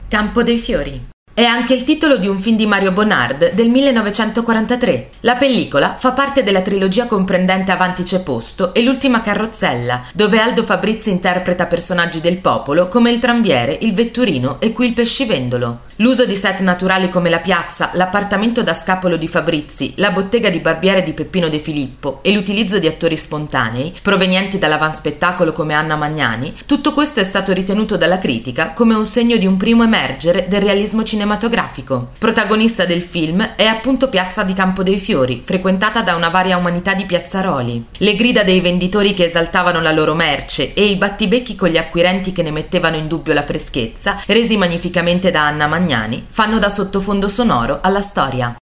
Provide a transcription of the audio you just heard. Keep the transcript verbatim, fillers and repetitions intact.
Campo dei Fiori. È anche il titolo di un film di Mario Bonnard del millenovecentoquarantatré. La pellicola fa parte della trilogia comprendente Avanti c'è posto e L'ultima carrozzella, dove Aldo Fabrizi interpreta personaggi del popolo come il tranviere, il vetturino e qui il pescivendolo. L'uso di set naturali come la piazza, l'appartamento da scapolo di Fabrizi, la bottega di barbiere di Peppino De Filippo e l'utilizzo di attori spontanei, provenienti dall'avanspettacolo come Anna Magnani, tutto questo è stato ritenuto dalla critica come un segno di un primo emergere del realismo cinematografico. Protagonista del film è appunto Piazza di Campo dei Fiori, frequentata da una varia umanità di piazzaroli. Le grida dei venditori che esaltavano la loro merce e i battibecchi con gli acquirenti che ne mettevano in dubbio la freschezza, resi magnificamente da Anna Magnani, fanno da sottofondo sonoro alla storia.